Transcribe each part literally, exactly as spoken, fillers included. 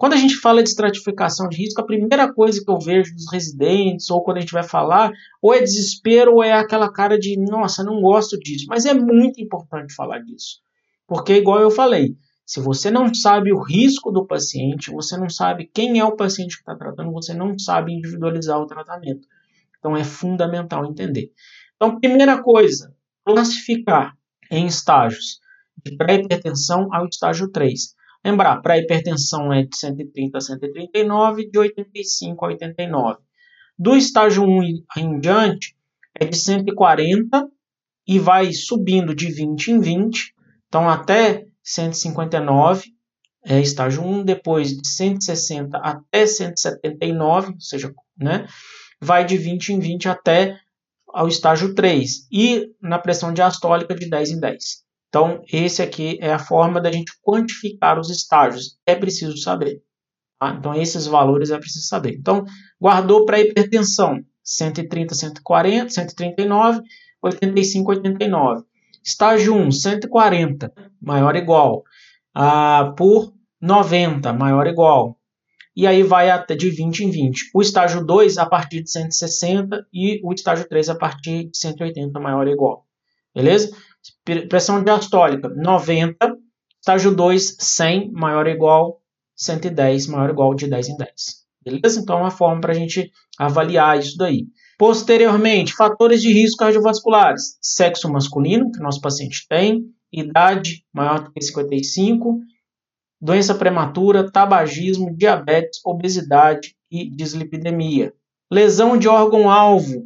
Quando a gente fala de estratificação de risco, a primeira coisa que eu vejo dos residentes, ou quando a gente vai falar, ou é desespero, ou é aquela cara de, nossa, não gosto disso. Mas é muito importante falar disso. Porque, igual eu falei, se você não sabe o risco do paciente, você não sabe quem é o paciente que está tratando, você não sabe individualizar o tratamento. Então, é fundamental entender. Então, primeira coisa, classificar em estágios de pré-hipertensão ao estágio três. Lembrar, pré-hipertensão é de cento e trinta a cento e trinta e nove, de oitenta e cinco a oitenta e nove. Do estágio um em diante, é de cento e quarenta e vai subindo de vinte em vinte, então até cento e cinquenta e nove, é estágio um, depois de cento e sessenta até cento e setenta e nove, ou seja, né, vai de vinte em vinte até ao estágio três, e na pressão diastólica de dez em dez. Então, esse aqui é a forma da gente quantificar os estágios. É preciso saber. Tá? Então, esses valores é preciso saber. Então, guardou para hipertensão, cento e trinta, cento e quarenta, cento e trinta e nove, oitenta e cinco, oitenta e nove. Estágio um, cento e quarenta, maior ou igual, ah, por noventa, maior ou igual. E aí vai até de vinte em vinte. O estágio dois a partir de cento e sessenta e o estágio três a partir de cento e oitenta, maior ou igual. Beleza? Pressão diastólica, noventa. Estágio dois, cem, maior ou igual. cento e dez, maior ou igual, de dez em dez. Beleza? Então é uma forma para a gente avaliar isso daí. Posteriormente, fatores de risco cardiovasculares. Sexo masculino, que o nosso paciente tem. Idade maior do que cinquenta e cinco. Doença prematura, tabagismo, diabetes, obesidade e dislipidemia. Lesão de órgão-alvo.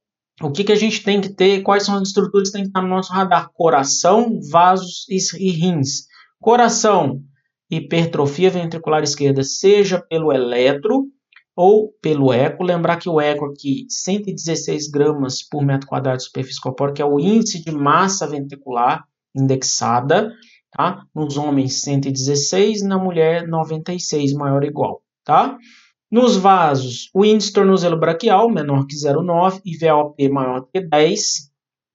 O que, que a gente tem que ter? Quais são as estruturas que tem que estar no nosso radar? Coração, vasos e rins. Coração, hipertrofia ventricular esquerda, seja pelo eletro ou pelo eco. Lembrar que o eco aqui, cento e dezesseis gramas por metro quadrado de superfície corpórea, que é o índice de massa ventricular indexada. Tá? Nos homens, cento e dezesseis, na mulher, noventa e seis, maior ou igual. Tá? Nos vasos, o índice tornozelo braquial, menor que zero vírgula nove, e V A O P maior que dez.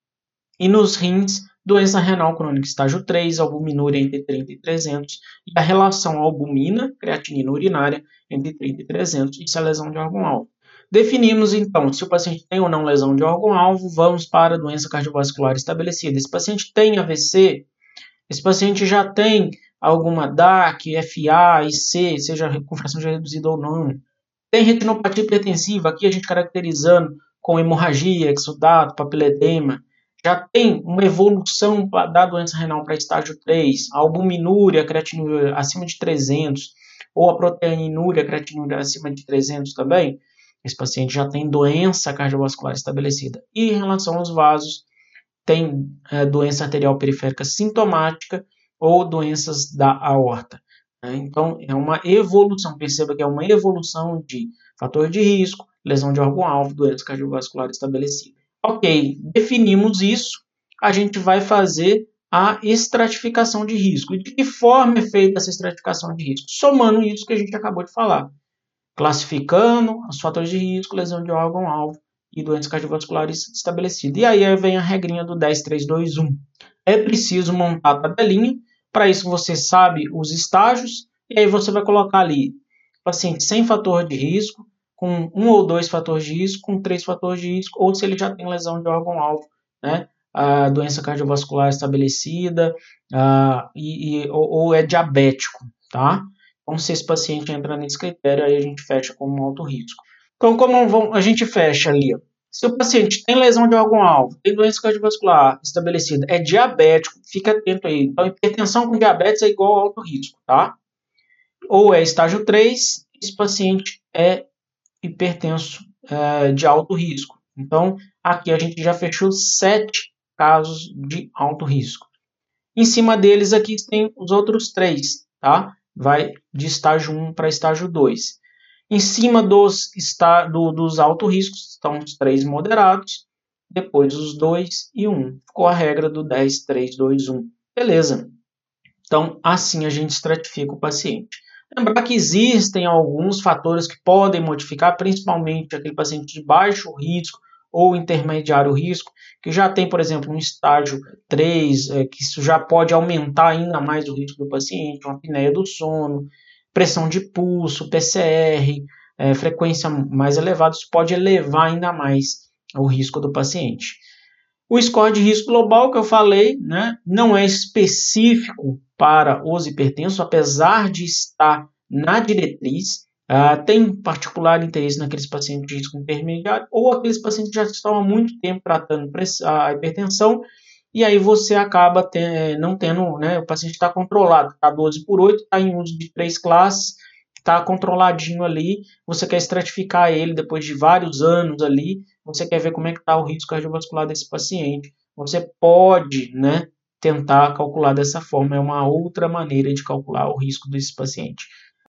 E nos rins, doença renal crônica estágio três, albuminúria entre trinta e trezentos, e a relação albumina, creatinina urinária, entre trinta e trezentos, isso é lesão de órgão-alvo. Definimos, então, se o paciente tem ou não lesão de órgão-alvo, vamos para a doença cardiovascular estabelecida. Esse paciente tem A V C, esse paciente já tem alguma D A C, F A, I C, seja com fração já reduzida ou não. Tem retinopatia hipertensiva, aqui a gente caracterizando com hemorragia, exudato, papiledema. Já tem uma evolução da doença renal para estágio três, a albuminúria, creatinúria acima de trezentos, ou a proteinúria, creatinúria acima de trezentos também. Esse paciente já tem doença cardiovascular estabelecida. E em relação aos vasos, tem é, doença arterial periférica sintomática ou doenças da aorta. Né? Então, é uma evolução, perceba que é uma evolução de fator de risco, lesão de órgão-alvo, doença cardiovascular estabelecida. Ok, definimos isso, a gente vai fazer a estratificação de risco. E de que forma é feita essa estratificação de risco? Somando isso que a gente acabou de falar. Classificando os fatores de risco, lesão de órgão-alvo e doenças cardiovasculares estabelecidas. E aí vem a regrinha do dez, três, dois, um. É preciso montar a tabelinha, para isso você sabe os estágios, e aí você vai colocar ali paciente sem fator de risco, com um ou dois fatores de risco, com três fatores de risco, ou se ele já tem lesão de órgão-alvo, né? A doença cardiovascular estabelecida, a, e, e, ou, ou é diabético, tá? Então, se esse paciente entra nesse critério, aí a gente fecha como alto risco. Então, como a gente fecha ali? Ó. Se o paciente tem lesão de órgão-alvo, tem doença cardiovascular estabelecida, é diabético, fica atento aí. Então, hipertensão com diabetes é igual ao alto risco, tá? Ou é estágio três, esse paciente é hipertenso é, de alto risco. Então, aqui a gente já fechou sete casos de alto risco. Em cima deles aqui tem os outros três, tá? Vai de estágio um para estágio dois. Em cima dos, está, do, dos altos riscos estão os três moderados, depois os dois e um. Ficou a regra do dez, três, dois, um. Beleza. Então, assim a gente estratifica o paciente. Lembrar que existem alguns fatores que podem modificar, principalmente aquele paciente de baixo risco ou intermediário risco, que já tem, por exemplo, um estágio três, é, que isso já pode aumentar ainda mais o risco do paciente, uma apneia do sono, pressão de pulso, P C R, é, frequência mais elevada, isso pode elevar ainda mais o risco do paciente. O score de risco global que eu falei, né, não é específico para os hipertensos, apesar de estar na diretriz, uh, tem particular interesse naqueles pacientes de risco intermediário ou aqueles pacientes que já estão há muito tempo tratando a hipertensão, e aí você acaba ter, não tendo, né, o paciente está controlado, está doze por oito, está em uso de três classes, está controladinho ali, você quer estratificar ele depois de vários anos ali, você quer ver como é que está o risco cardiovascular desse paciente, você pode, né, tentar calcular dessa forma, é uma outra maneira de calcular o risco desse paciente.